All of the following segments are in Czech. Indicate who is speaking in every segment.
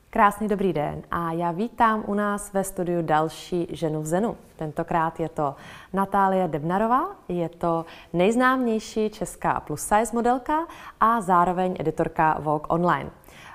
Speaker 1: Krásný dobrý den a já vítám u nás ve studiu další ženu v Zenu. Tentokrát je to Natálie Debnarová, je to nejznámější česká plus size modelka a zároveň editorka Vogue Online.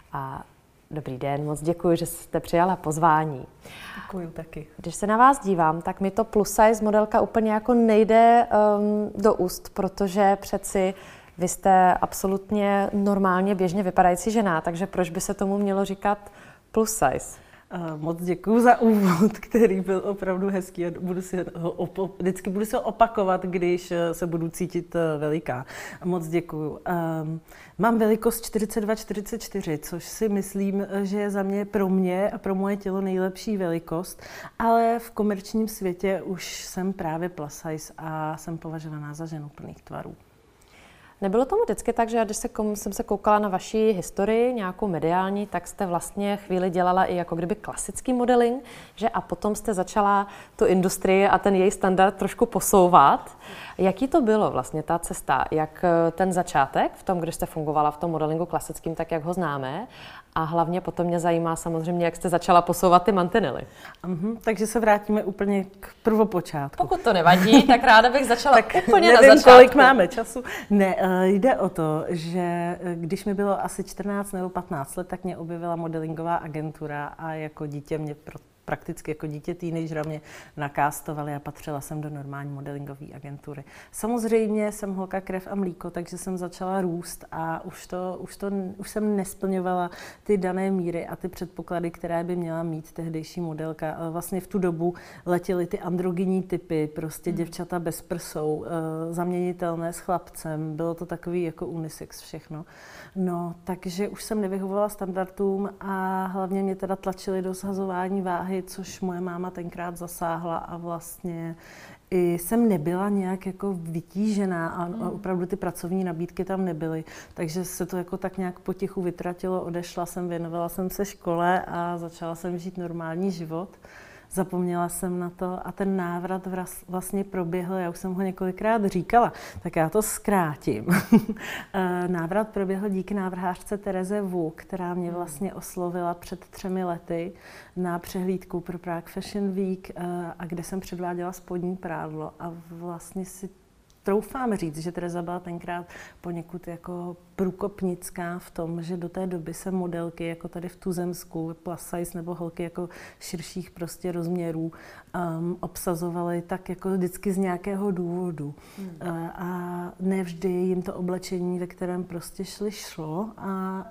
Speaker 1: Dobrý den, moc děkuji, že jste přijala pozvání.
Speaker 2: Děkuji taky.
Speaker 1: Když se na vás dívám, tak mi to plus size modelka úplně jako nejde do úst, protože přeci vy jste absolutně normálně běžně vypadající žena, takže proč by se tomu mělo říkat plus size?
Speaker 2: Moc děkuji za úvod, který byl opravdu hezký a vždycky budu se ho opakovat, když se budu cítit veliká. Moc děkuji. Mám velikost 42-44, což si myslím, že je za mě pro mě a pro moje tělo nejlepší velikost, ale v komerčním světě už jsem právě plus size a jsem považovaná za ženu plných tvarů.
Speaker 1: Nebylo tomu vždycky tak, že když jsem se koukala na vaší historii, nějakou mediální, tak jste vlastně chvíli dělala i jako kdyby klasický modeling, že a potom jste začala tu industrii a ten její standard trošku posouvat. Jaký to bylo vlastně ta cesta? Jak ten začátek v tom, když jste fungovala v tom modelingu klasickým, tak jak ho známe? A hlavně potom mě zajímá samozřejmě, jak jste začala posouvat ty mantinely.
Speaker 2: Takže se vrátíme úplně k prvopočátku.
Speaker 1: Pokud to nevadí, tak ráda bych začala
Speaker 2: tak
Speaker 1: úplně
Speaker 2: nevím,
Speaker 1: na začátku.
Speaker 2: Kolik máme času. Ne, jde o to, že když mi bylo asi 14 nebo 15 let, tak mě objevila modelingová agentura a jako dítě mě prakticky jako dítě teenagera mě nakástovali a patřila jsem do normální modelingové agentury. Samozřejmě jsem holka krev a mlíko, takže jsem začala růst a už jsem nesplňovala ty dané míry a ty předpoklady, které by měla mít tehdejší modelka. Vlastně v tu dobu letěly ty androgenní typy, prostě děvčata bez prsou, zaměnitelné s chlapcem, bylo to takový jako unisex všechno. No, takže už jsem nevyhovovala standardům a hlavně mě teda tlačili do shazování váhy, což moje máma tenkrát zasáhla a vlastně i jsem nebyla nějak jako vytížená a opravdu ty pracovní nabídky tam nebyly. Takže se to jako tak nějak potichu vytratilo, odešla jsem, věnovala jsem se škole a začala jsem žít normální život. Zapomněla jsem na to a ten návrat vlastně proběhl, já už jsem ho několikrát říkala, tak já to zkrátím. Návrat proběhl díky návrhářce Tereze Wu, která mě vlastně oslovila před 3 lety na přehlídku pro Prague Fashion Week, a kde jsem předváděla spodní prádlo a vlastně si troufám říct, že Tereza byla tenkrát poněkud jako průkopnická v tom, že do té doby se modelky jako tady v Tuzemsku, plus size nebo holky jako širších prostě rozměrů obsazovaly tak jako vždycky z nějakého důvodu. A nevždy jim to oblečení, ve kterém prostě šlo a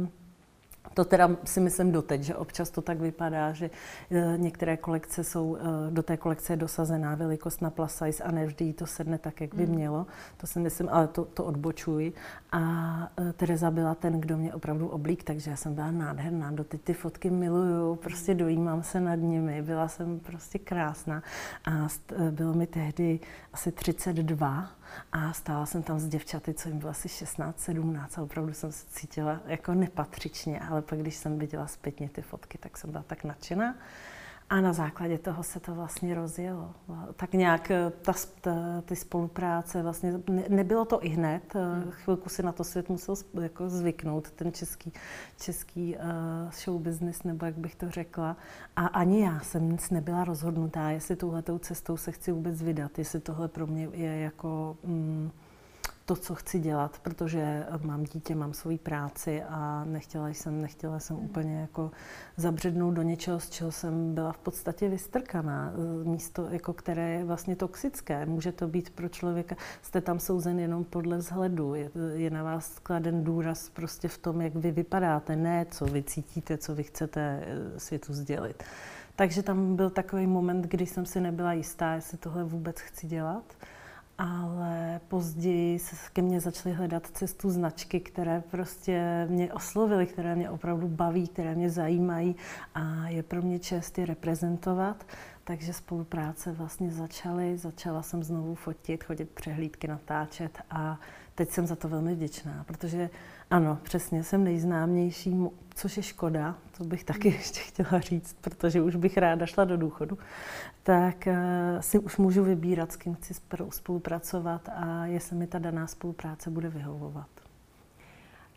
Speaker 2: to teda si myslím doteď, že občas to tak vypadá, že některé kolekce jsou, do té kolekce je dosazená velikost na plus size a nevždy jí to sedne tak, jak by mělo. To si myslím, ale to odbočuji. A Tereza byla ten, kdo mě opravdu oblík, takže já jsem byla nádherná. Doteď ty fotky miluju, prostě dojímám se nad nimi. Byla jsem prostě krásná a bylo mi tehdy asi 32. A stála jsem tam s děvčaty, co jim bylo asi 16, 17 a opravdu jsem se cítila jako nepatřičně, ale pak, když jsem viděla zpětně ty fotky, tak jsem byla tak nadšená. A na základě toho se to vlastně rozjelo. Tak nějak ty spolupráce vlastně, nebylo to i hned, chvilku si na to svět musel jako zvyknout, ten český show business, nebo jak bych to řekla. A ani já jsem nebyla rozhodnutá, jestli touhletou cestou se chci vůbec vydat, jestli tohle pro mě je jako to, co chci dělat, protože mám dítě, mám svoji práci a nechtěla jsem úplně jako zabřednout do něčeho, z čeho jsem byla v podstatě vystrkaná. Místo, jako které je vlastně toxické. Může to být pro člověka, jste tam souzen jenom podle vzhledu. Je na vás kladen důraz prostě v tom, jak vy vypadáte, ne co vy cítíte, co vy chcete světu sdělit. Takže tam byl takový moment, kdy jsem si nebyla jistá, jestli tohle vůbec chci dělat. Ale později se ke mně začaly hledat cestu značky, které prostě mě oslovily, které mě opravdu baví, které mě zajímají a je pro mě čest je reprezentovat. Takže spolupráce vlastně začala jsem znovu fotit, chodit přehlídky, natáčet a teď jsem za to velmi vděčná, protože ano, přesně jsem nejznámější, což je škoda, to bych taky ještě chtěla říct, protože už bych ráda šla do důchodu, tak si už můžu vybírat, s kým chci spolupracovat a jestli mi ta daná spolupráce bude vyhovovat.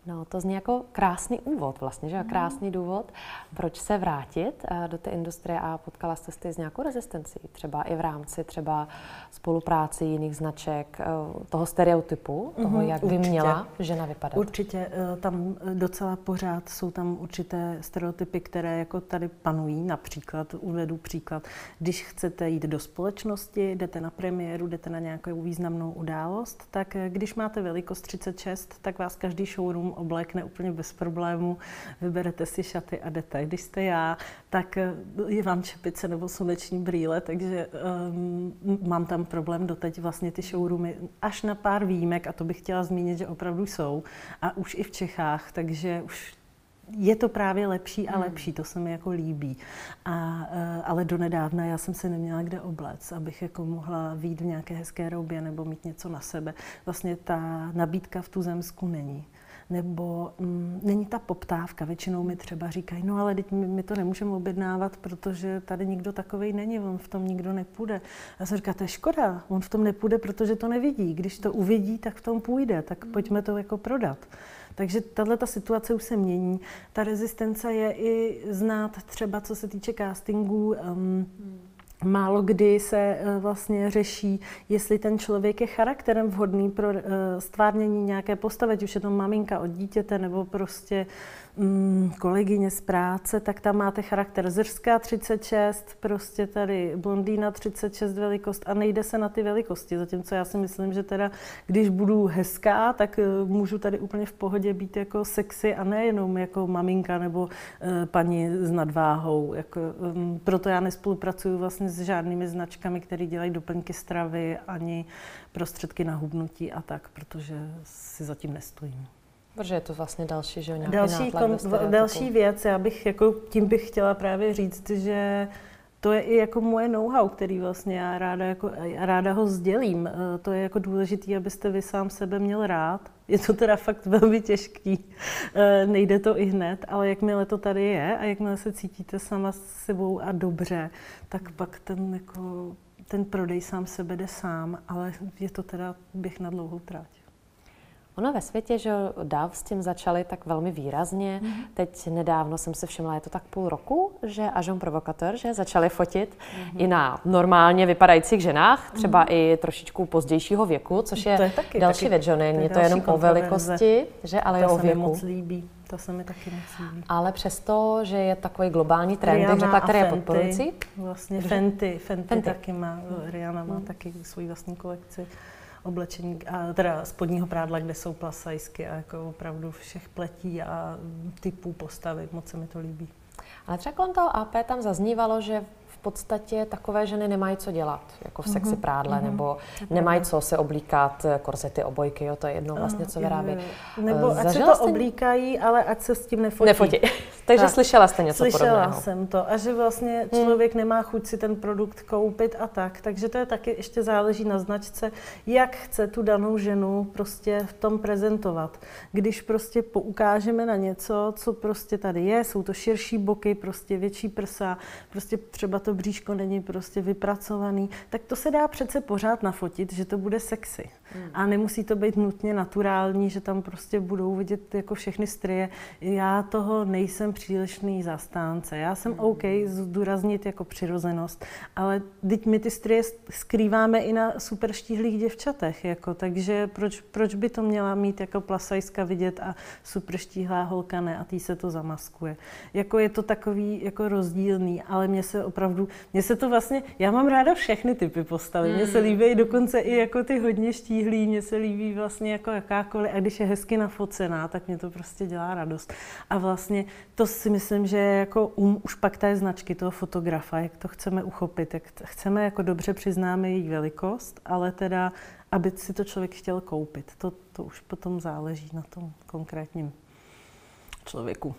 Speaker 1: No, to zní jako krásný úvod vlastně, že? Krásný důvod, proč se vrátit do té industrie a potkala jste se s nějakou rezistencí, třeba i v rámci třeba spolupráce jiných značek, toho stereotypu, toho, jak by měla žena vypadat.
Speaker 2: Určitě, tam docela pořád jsou tam určité stereotypy, které jako tady panují, například, uvedu příklad, když chcete jít do společnosti, jdete na premiéru, jdete na nějakou významnou událost, tak když máte velikost 36, tak vás každý showroom oblékne úplně bez problému, vyberete si šaty a jdete. Když jste já, tak je vám čepice nebo sluneční brýle, takže mám tam problém doteď vlastně ty showroomy, až na pár výjimek, a to bych chtěla zmínit, že opravdu jsou, a už i v Čechách, takže už je to právě lepší a lepší, to se mi jako líbí. Ale donedávna já jsem se neměla kde obléct, abych jako mohla vyjít v nějaké hezké roubě nebo mít něco na sebe. Vlastně ta nabídka v tuzemsku není. Nebo není ta poptávka. Většinou mi třeba říkají, no ale teď my to nemůžeme objednávat, protože tady nikdo takovej není, on v tom nikdo nepůjde. Já jsem říkala, to je škoda, on v tom nepůjde, protože to nevidí. Když to uvidí, tak v tom půjde, tak pojďme to jako prodat. Takže tato situace už se mění. Ta rezistence je i znát třeba, co se týče castingů. Málo kdy se vlastně řeší, jestli ten člověk je charakterem vhodný pro stvárnění nějaké postavy, ať už je to maminka od dítěte nebo prostě kolegyně z práce, tak tam máte charakter zrská 36, prostě tady blondýna 36 velikost a nejde se na ty velikosti. Zatímco já si myslím, že teda, když budu hezká, tak můžu tady úplně v pohodě být jako sexy a nejenom jako maminka nebo paní s nadváhou. Jako, proto já nespolupracuju vlastně s žádnými značkami, které dělají doplňky stravy ani prostředky na hubnutí a tak, protože si zatím nestojím.
Speaker 1: Protože je to vlastně další, že nějaký nátlak
Speaker 2: další věc, tím bych chtěla právě říct, že to je i jako moje know-how, který vlastně já ráda ho sdělím. To je jako důležitý, abyste vy sám sebe měl rád. Je to teda fakt velmi těžký, nejde to i hned, ale jakmile to tady je a jakmile se cítíte sama s sebou a dobře, tak pak ten prodej sám sebe jde sám, ale je to teda běh na dlouhou tráť.
Speaker 1: Ono ve světě, že DAV s tím začali tak velmi výrazně. Teď nedávno jsem se všimla, je to tak půl roku, že Agent Provocateur, že začali fotit i na normálně vypadajících ženách, třeba i trošičku pozdějšího věku, což je další věc, že není to jenom o velikosti, že, ale i o věku.
Speaker 2: Moc líbí. To se mi taky moc líbí.
Speaker 1: Ale přesto, že je takový globální trend, bych řekla, který je podporující.
Speaker 2: Vlastně Fenty taky má, Rihanna má taky svou vlastní kolekci oblečení, a teda spodního prádla, kde jsou plus sizeky a jako opravdu všech pletí a typů postavy. Moc se mi to líbí.
Speaker 1: Ale třeba kolem toho AP tam zaznívalo, že v podstatě takové ženy nemají co dělat, jako v sexy prádle, nebo nemají co se oblíkat, korzety, obojky, jo, to je jedno vlastně, co vyrábí.
Speaker 2: Nebo ať se to oblíkají, ale ať se s tím nefotí.
Speaker 1: Takže tak. Slyšela jste něco podobného?
Speaker 2: Slyšela jsem to. A že vlastně člověk nemá chuť si ten produkt koupit a tak. Takže to je taky ještě záleží na značce, jak chce tu danou ženu prostě v tom prezentovat. Když prostě poukážeme na něco, co prostě tady je, jsou to širší boky, prostě větší prsa, prostě třeba to bříško není prostě vypracovaný, tak to se dá přece pořád nafotit, že to bude sexy. A nemusí to být nutně naturální, že tam prostě budou vidět jako všechny strie. Já toho nejsem přílišný zastánce. Já jsem OK zdůraznit jako přirozenost, ale teď my ty strie skrýváme i na super štíhlých děvčatech, jako, takže proč by to měla mít jako plasajska vidět a super štíhlá holka ne a tý se to zamaskuje. Jako je to takový jako rozdílný, ale mně se to vlastně, já mám ráda všechny typy postavy. Mně se líbí dokonce i jako ty hodně štíhlý, mně se líbí vlastně jako jakákoliv, a když je hezky nafocená, tak mě to prostě dělá radost. A vlastně to si myslím, že je jako už pak té značky toho fotografa, jak to chceme uchopit, jak chceme jako dobře přiznáme její velikost, ale teda, aby si to člověk chtěl koupit. To už potom záleží na tom konkrétním člověku.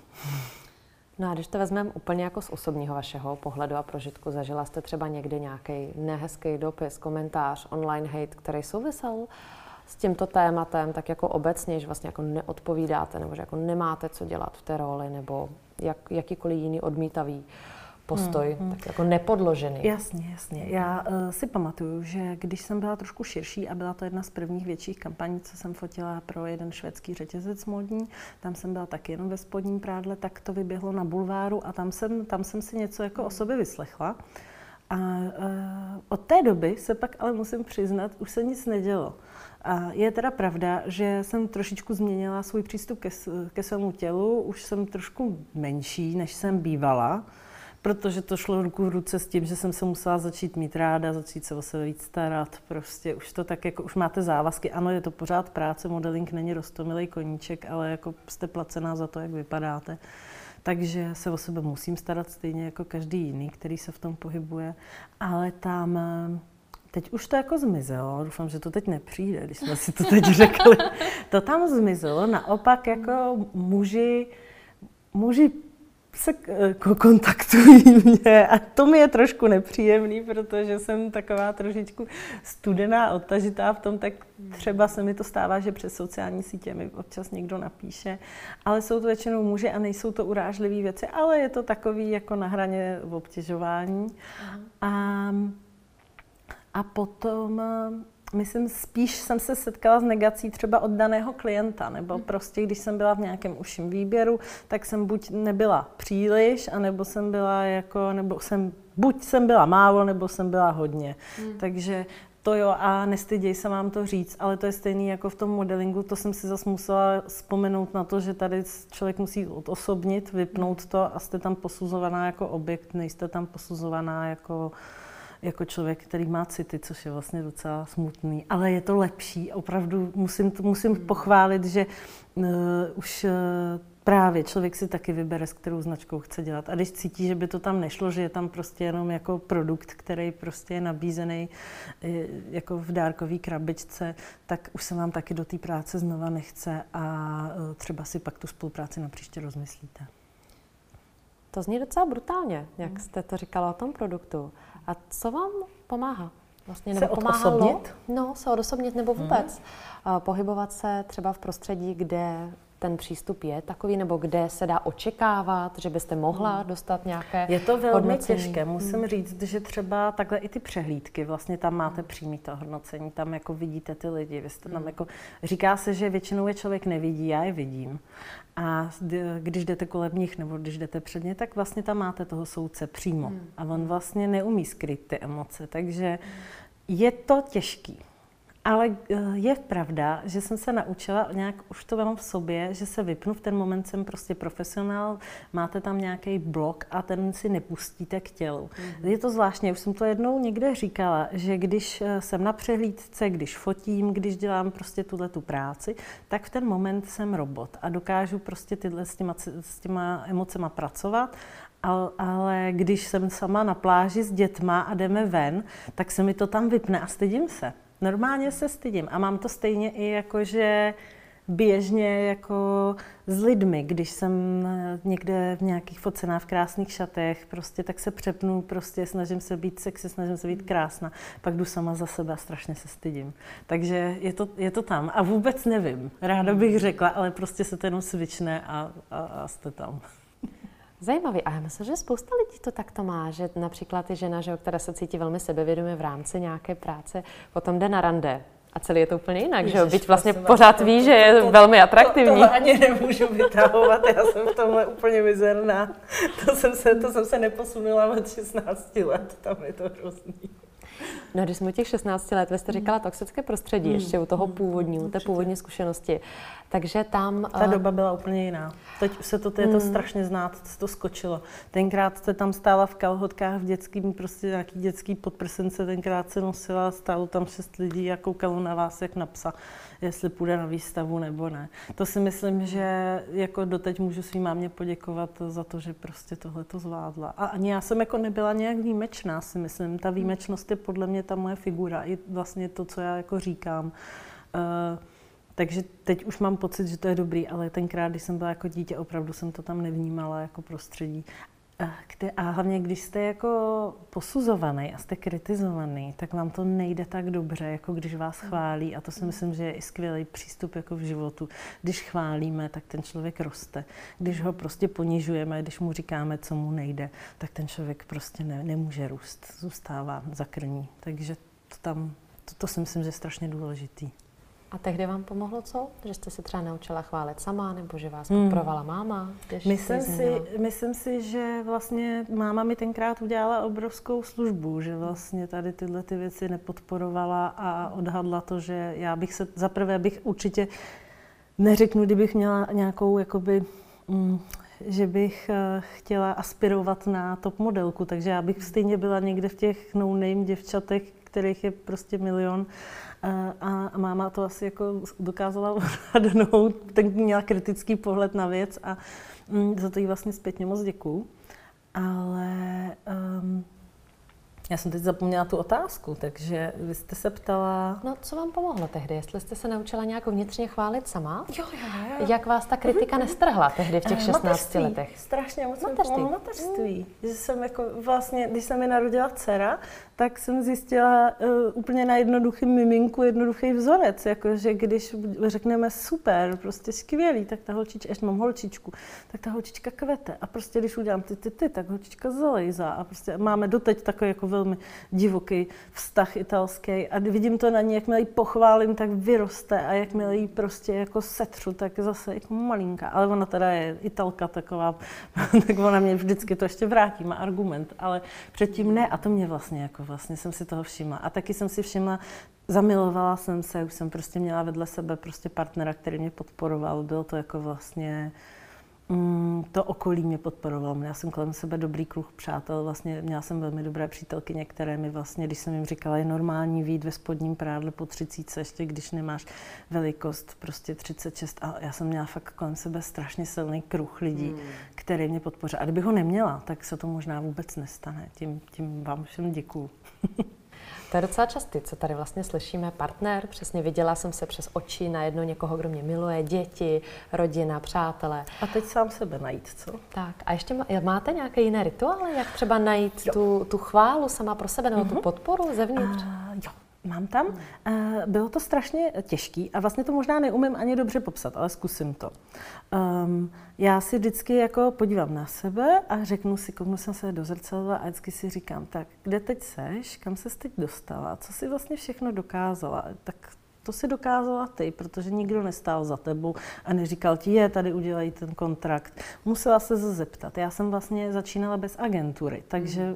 Speaker 1: No a když to vezmeme úplně jako z osobního vašeho pohledu a prožitku, zažila jste třeba někdy nějaký nehezký dopis, komentář, online hate, který souvisel s tímto tématem, tak jako obecně, že vlastně jako neodpovídáte, nebo že jako nemáte co dělat v té roli, nebo jakýkoliv jiný odmítavý postoj, tak jako nepodložený.
Speaker 2: Jasně. Já si pamatuju, že když jsem byla trošku širší a byla to jedna z prvních větších kampaní, co jsem fotila pro jeden švédský řetězec módní, tam jsem byla taky jenom ve spodním prádle, tak to vyběhlo na bulváru a tam jsem si něco jako o sobě vyslechla. A od té doby se pak ale musím přiznat, už se nic nedělo. A je teda pravda, že jsem trošičku změnila svůj přístup ke svému tělu, už jsem trošku menší, než jsem bývala, protože to šlo ruku v ruce s tím, že jsem se musela začít mít ráda, začít se o sebe víc starat, prostě už to tak jako, už máte závazky, ano, je to pořád práce, modeling není roztomilej koníček, ale jako jste placená za to, jak vypadáte. Takže se o sebe musím starat stejně jako každý jiný, který se v tom pohybuje, ale tam teď už to jako zmizelo, doufám, že to teď nepřijde, když jsme si to teď řekli. To tam zmizelo, naopak jako muži se kontaktují mě a to mi je trošku nepříjemný, protože jsem taková trošičku studená, odtažitá v tom, tak třeba se mi to stává, že přes sociální sítě mi občas někdo napíše, ale jsou to většinou muži a nejsou to urážlivé věci, ale je to takový jako na hraně obtěžování. A potom, myslím, spíš jsem se setkala s negací třeba od daného klienta, nebo prostě, když jsem byla v nějakém užším výběru, tak jsem buď nebyla příliš, anebo jsem byla jako, buď jsem byla málo, nebo jsem byla hodně. Takže to jo, a nestyděj se vám to říct, ale to je stejný jako v tom modelingu, to jsem si zase musela vzpomenout na to, že tady člověk musí odosobnit, vypnout to a jste tam posuzovaná jako objekt, nejste tam posuzovaná jako člověk, který má city, což je vlastně docela smutný. Ale je to lepší, opravdu musím pochválit, že už právě člověk si taky vybere, s kterou značkou chce dělat. A když cítí, že by to tam nešlo, že je tam prostě jenom jako produkt, který prostě je nabízený jako v dárkové krabičce, tak už se vám taky do té práce znova nechce a třeba si pak tu spolupráci napříště rozmyslíte.
Speaker 1: To zní docela brutálně, jak jste to říkala o tom produktu. A co vám pomáhá? Vlastně, nebo pomáhalo? Se odosobnit nebo vůbec. Pohybovat se třeba v prostředí, kde ten přístup je takový, nebo kde se dá očekávat, že byste mohla dostat nějaké
Speaker 2: Je to velmi
Speaker 1: hodnocení.
Speaker 2: těžké. Musím říct, že třeba takhle i ty přehlídky, vlastně tam máte přímý to hodnocení, tam jako vidíte ty lidi, vy jste tam jako, říká se, že většinou je člověk nevidí, já je vidím. A když jdete kolem nich nebo když jdete před ně, tak vlastně tam máte toho soudce přímo. A on vlastně neumí skryt ty emoce, takže je to těžký. Ale je pravda, že jsem se naučila, nějak už to mám v sobě, že se vypnu, v ten moment jsem prostě profesionál, máte tam nějaký blok a ten si nepustíte k tělu. Je to zvláštně, už jsem to jednou někde říkala, že když jsem na přehlídce, když fotím, když dělám prostě tu práci, tak v ten moment jsem robot a dokážu prostě s těma emocema pracovat. Ale když jsem sama na pláži s dětma a jdeme ven, tak se mi to tam vypne a stydím se. Normálně se stydím a mám to stejně i jakože běžně jako s lidmi, když jsem někde v nějakých focenách v krásných šatech, prostě tak se přepnu, prostě snažím se být sexy, snažím se být krásná, pak jdu sama za sebe a strašně se stydím. Takže je to tam a vůbec nevím, ráda bych řekla, ale prostě se to jenom svične a jste tam.
Speaker 1: Zajímavý. A já myslím, že spousta lidí to takto má, že například i žena, která se cítí velmi sebevědomě v rámci nějaké práce, potom jde na rande. A celý je to úplně jinak, že jo? Byť vlastně pořád ví, že je velmi atraktivní.
Speaker 2: To ani nemůžu vytahovat, já jsem v tomhle úplně mizerná. To jsem se neposunula od 16 let, tam je to hrozný.
Speaker 1: No, když jsme u těch 16 let, vy jste říkala toxické prostředí, ještě u toho původní, té původní zkušenosti. Takže tam...
Speaker 2: Ta doba byla úplně jiná. Teď už se to, je to strašně znát, se to skočilo. Tenkrát jste tam stála v kalhotkách v dětským, prostě nějaký dětský podprsence, tenkrát se nosila, stálo tam 6 lidí a koukalo na vás jak na psa, jestli půjde na výstavu nebo ne. To si myslím, že jako doteď můžu svým mámě poděkovat za to, že prostě tohle to zvládla. A ani já jsem jako nebyla nějak výjimečná, si myslím. Ta výjimečnost je podle mě ta moje figura, i vlastně to, co já jako říkám. Takže teď už mám pocit, že to je dobrý, ale tenkrát, když jsem byla jako dítě, opravdu jsem to tam nevnímala jako prostředí. A hlavně, když jste jako posuzovaný a jste kritizovaný, tak vám to nejde tak dobře, jako když vás chválí. A to si myslím, že je i skvělý přístup jako v životu. Když chválíme, tak ten člověk roste. Když ho prostě ponižujeme, když mu říkáme, co mu nejde, tak ten člověk prostě nemůže růst. Zůstává zakrní. Takže to si myslím, že je strašně důležitý.
Speaker 1: A tehdy vám pomohlo co? Že jste se třeba naučila chválit sama, nebo že vás podporovala máma?
Speaker 2: Myslím si, že vlastně máma mi tenkrát udělala obrovskou službu, že vlastně tady tyhle ty věci nepodporovala a odhadla to, že já bych se, zaprvé bych určitě neřeknu, kdybych měla nějakou jakoby, že bych chtěla aspirovat na top modelku, takže já bych stejně byla někde v těch no-name děvčatech, kterých je prostě milion. A máma to asi jako dokázala odhadnout, tak měla kritický pohled na věc a za to jí vlastně zpětně moc děkuju. Ale já jsem teď zapomněla tu otázku, takže vy jste se ptala...
Speaker 1: No, co vám pomohlo tehdy? Jestli jste se naučila nějak vnitřně chválit sama?
Speaker 2: Jo.
Speaker 1: Jak vás ta kritika nestrhla tehdy v těch 16 letech?
Speaker 2: Strašně moc mi pomohlo mateřství. Že jsem jako vlastně, když se mi narodila dcera, tak jsem zjistila úplně na jednoduchým miminku jednoduchý vzorec, jakože když řekneme super, prostě skvělý, tak ta holčička, až mám holčičku, tak ta holčička kvete a prostě když udělám ty, tak holčička zalejzá a prostě máme doteď takový jako velmi divoký vztah italský a vidím to na ní, jakmile ji pochválím, tak vyroste a jakmile ji prostě jako setřu, tak zase jako malinká, ale ona teda je Italka taková, tak ona mě vždycky to ještě vrátí, má argument, ale předtím ne a to mě vlastně jsem si toho všimla. A taky jsem si všimla, zamilovala jsem se, už jsem prostě měla vedle sebe prostě partnera, který mě podporoval. Bylo to jako vlastně, to okolí mě podporovalo. Měla jsem kolem sebe dobrý kruh přátel, vlastně měla jsem velmi dobré přítelkyně, které mi vlastně, když jsem jim říkala, je normální vyjít ve spodním prádle po 30, ještě když nemáš velikost prostě 36. A já jsem měla fakt kolem sebe strašně silný kruh lidí, který mě podpořil. A kdybych ho neměla, tak se to možná vůbec nestane. Tím vám všem děkuju.
Speaker 1: To je docela častý, co tady vlastně slyšíme. Partner, přesně viděla jsem se přes oči najednou někoho, kdo mě miluje, děti, rodina, přátelé.
Speaker 2: A teď sám sebe najít, co?
Speaker 1: Tak a ještě máte nějaké jiné rituály, jak třeba najít tu chválu sama pro sebe nebo tu podporu zevnitř?
Speaker 2: Jo. Mám tam. Bylo to strašně těžký a vlastně to možná neumím ani dobře popsat, ale zkusím to. Já si vždycky jako podívám na sebe a kouknu jsem se do zrcadla a vždycky si říkám, tak kde teď seš, kam ses teď dostala, co si vlastně všechno dokázala, tak to si dokázala ty, protože nikdo nestál za tebou a neříkal ti, tady udělají ten kontrakt. Musela se zeptat. Já jsem vlastně začínala bez agentury, takže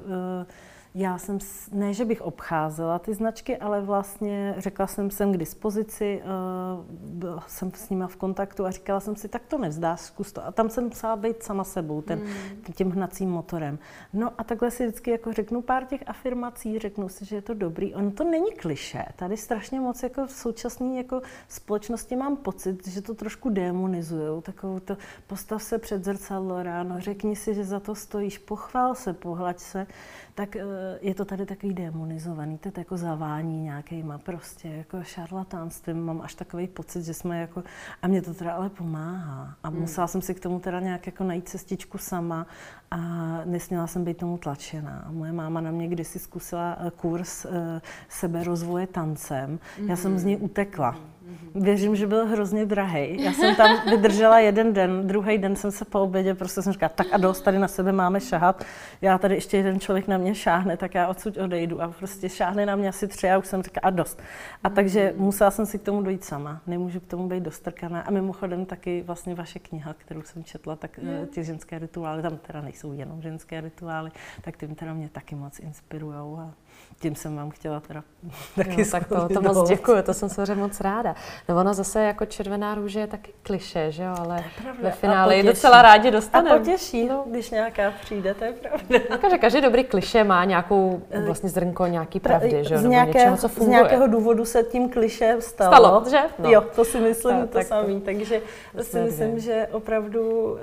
Speaker 2: já jsem, ne, že bych obcházela ty značky, ale vlastně řekla jsem k dispozici, byla jsem s nima v kontaktu a říkala jsem si, tak to nevzdáš, zkus to. A tam jsem musela být sama sebou, tím hnacím motorem. No a takhle si vždycky jako řeknu pár těch afirmací, řeknu si, že je to dobrý. Ono to není klišé. Tady strašně moc jako v současné jako společnosti mám pocit, že to trošku demonizujou. Takovou to postav se před zrcadlo ráno, řekni si, že za to stojíš, pochvál se, pohlaď se. Tak je to tady takový demonizovaný, to je jako zavání nějakýma prostě jako šarlatánstvím. Mám až takový pocit, že jsme jako, a mě to teda ale pomáhá. A musela jsem si k tomu teda nějak jako najít cestičku sama a nesměla jsem být tomu tlačená. Moje máma na mě kdysi zkusila kurz seberozvoje tancem. Já jsem z něj utekla. Věřím, že byl hrozně drahej. Já jsem tam vydržela jeden den, druhý den jsem se po obědě prostě jsem říkala, tak a dost, tady na sebe máme šahat. Já tady ještě jeden člověk na mě šáhne, tak já odsud odejdu a prostě šáhne na mě asi 3 a už jsem říkala, a dost. A takže musela jsem si k tomu dojít sama. Nemůžu k tomu být dostrkaná. A mimochodem taky vlastně vaše kniha, kterou jsem četla, tak ty ženské rituály, tam teda nejsou jenom ženské rituály, tak ty teda mě taky moc inspirujou a tím jsem vám chtěla teda taky
Speaker 1: tak to moc děkuju, to jsem samozřejmě moc ráda. No ono zase jako červená růže je taky klišé, že jo, ale ve finále ji docela rádi dostaneme.
Speaker 2: A potěší, když nějaká přijde, to je pravda.
Speaker 1: Takže každý dobrý klišé má nějakou vlastně zrnko nějaký pravdy, že jo, nebo něčeho, co funguje.
Speaker 2: Z nějakého důvodu se tím klišé stalo.
Speaker 1: Že? No.
Speaker 2: Jo, to si myslím to samý, takže si myslím, že opravdu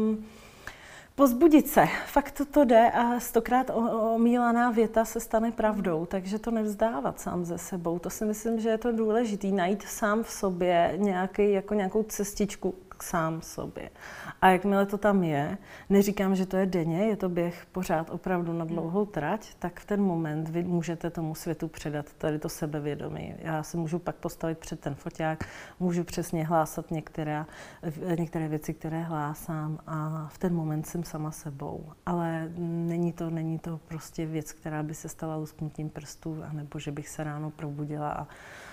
Speaker 2: pozbudit se, fakt to jde a 100krát omílaná věta se stane pravdou, takže to nevzdávat sám ze sebou. To si myslím, že je to důležité, najít sám v sobě nějakou cestičku sám sobě. A jakmile to tam je, neříkám, že to je denně, je to běh pořád opravdu na dlouhou trať, tak v ten moment vy můžete tomu světu předat tady to sebevědomí. Já si můžu pak postavit před ten foťák, můžu přesně hlásat některé věci, které hlásám a v ten moment jsem sama sebou. Ale není to prostě věc, která by se stala lusknutím prstů, anebo že bych se ráno probudila a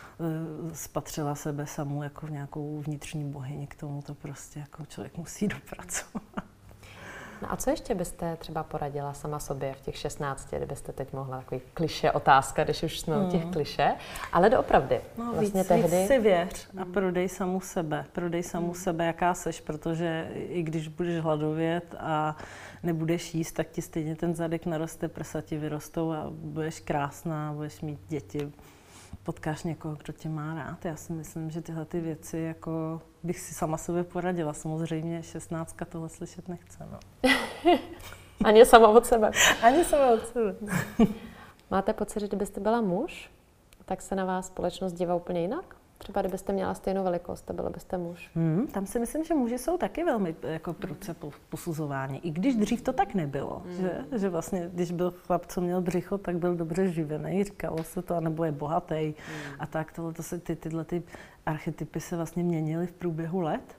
Speaker 2: spatřila sebe samu jako v nějakou vnitřní bohyni. K tomu to prostě jako člověk musí dopracovat.
Speaker 1: No a co ještě byste třeba poradila sama sobě v těch 16, kdybyste teď mohla, takový klišé otázka, když už jsme u těch klišé, ale doopravdy.
Speaker 2: No,
Speaker 1: vlastně
Speaker 2: víc si věř a prodej samu sebe. Prodej samu sebe, jaká seš, protože i když budeš hladovět a nebudeš jíst, tak ti stejně ten zadek naroste, prsa ti vyrostou a budeš krásná, budeš mít děti. Potkáš někoho, kdo tě má rád. Já si myslím, že tyhle ty věci jako bych si sama sebe poradila. Samozřejmě 16 tohle slyšet nechce. No.
Speaker 1: Ani sama od sebe.
Speaker 2: Ani sama od sebe.
Speaker 1: Máte pocit, že kdybyste byla muž, tak se na vás společnost dívá úplně jinak? Třeba kdybyste měla stejnou velikost a byla byste muž.
Speaker 2: Tam si myslím, že muži jsou taky velmi jako prudce posuzováni. I když dřív to tak nebylo. Že vlastně, když byl chlap, co měl břicho, tak byl dobře živený, říkalo se to, anebo je bohatý. A tak tyhle archetypy se vlastně měnily v průběhu let.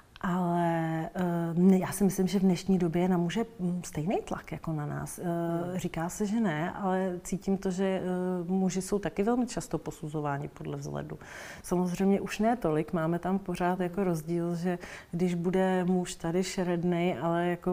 Speaker 2: Ale já si myslím, že v dnešní době je na muže stejný tlak jako na nás. Říká se, že ne, ale cítím to, že muži jsou taky velmi často posuzováni podle vzhledu. Samozřejmě už ne tolik, máme tam pořád jako rozdíl, že když bude muž tady šerednej, ale jako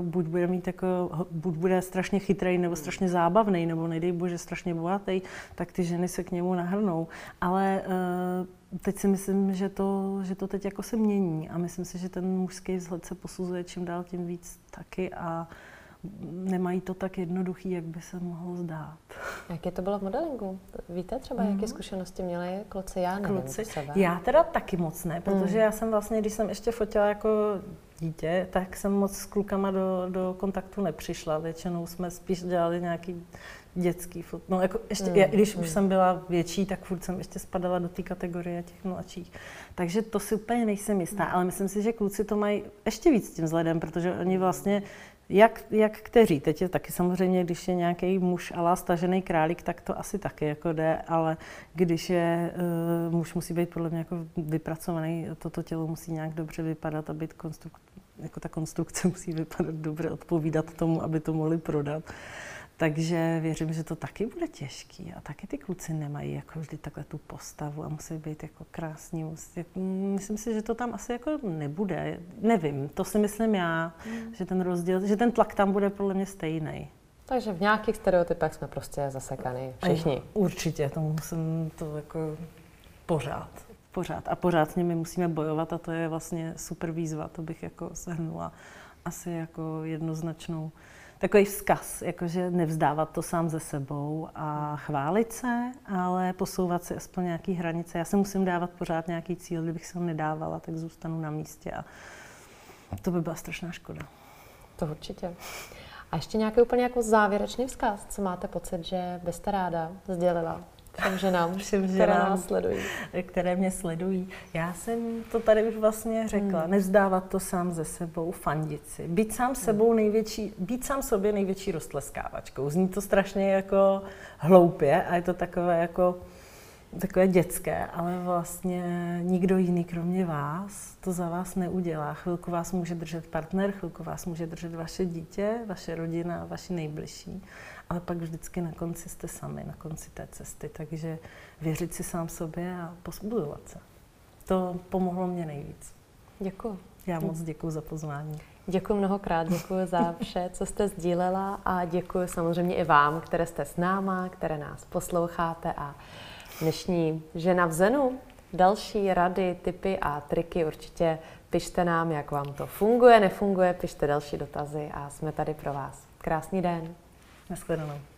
Speaker 2: buď bude strašně chytrý nebo strašně zábavný, nebo nejdej bože strašně bohatý, tak ty ženy se k němu nahrnou. Ale teď si myslím, že to teď jako se mění a myslím si, že ten mužský vzhled se posuzuje čím dál tím víc taky a nemají to tak jednoduchý, jak by se mohlo zdát.
Speaker 1: Jaké to bylo v modelingu? Víte třeba, jaké zkušenosti měli kluci? Já nevím sebe.
Speaker 2: Já teda taky moc ne, protože já jsem vlastně, když jsem ještě fotila jako dítě, tak jsem moc s klukama do kontaktu nepřišla. Většinou jsme spíš dělali nějaký dětský fot. No jako ještě, když už jsem byla větší, tak furt jsem ještě spadala do té kategorie těch mladších. Takže to si úplně nejsem jistá, ale myslím si, že kluci to mají ještě víc tím vzhledem, protože oni vlastně jak kteří. Teď je taky samozřejmě, když je nějaký muž a stažený králík, tak to asi taky jako jde, ale když je muž musí být podle mě jako vypracovaný, toto tělo musí nějak dobře vypadat a být jako ta konstrukce musí vypadat dobře, odpovídat tomu, aby to mohli prodat. Takže věřím, že to taky bude těžký a taky ty kluci nemají jako vždy takhle tu postavu a musí být jako krásní. Myslím si, že to tam asi jako nebude. Nevím, to si myslím já, že ten rozdíl, že ten tlak tam bude podle mě stejný.
Speaker 1: Takže v nějakých stereotypech jsme prostě zasekaný všichni.
Speaker 2: Určitě, to musím to jako pořád. A pořád s nimi musíme bojovat a to je vlastně super výzva, to bych jako sehnula asi jako jednoznačnou takový vzkaz, jakože nevzdávat to sám ze sebou a chválit se, ale posouvat si aspoň nějaký hranice. Já se musím dávat pořád nějaký cíl, kdybych se ho nedávala, tak zůstanu na místě a to by byla strašná škoda.
Speaker 1: To určitě. A ještě nějaký úplně jako závěrečný vzkaz, co máte pocit, že byste ráda sdělila všem ženám, které nás sledují.
Speaker 2: Které mě sledují. Já jsem to tady už vlastně řekla. Nevzdávat to sám ze sebou, fandit si. Být sám sobě největší roztleskávačkou. Zní to strašně jako hloupě a je to takové dětské, ale vlastně nikdo jiný kromě vás to za vás neudělá. Chvilku vás může držet partner, chvilku vás může držet vaše dítě, vaše rodina, vaši nejbližší. Ale pak vždycky na konci jste sami, na konci té cesty. Takže věřit si sám sobě a pozbudovat se. To pomohlo mě nejvíc.
Speaker 1: Děkuji.
Speaker 2: Já moc děkuji za pozvání.
Speaker 1: Děkuji mnohokrát, děkuji za vše, co jste sdílela a děkuji samozřejmě i vám, které jste s náma, které nás posloucháte a dnešní Žena v Zenu. Další rady, tipy a triky určitě pište nám, jak vám to funguje, nefunguje, pište další dotazy a jsme tady pro vás. Krásný den.
Speaker 2: Naschledanou.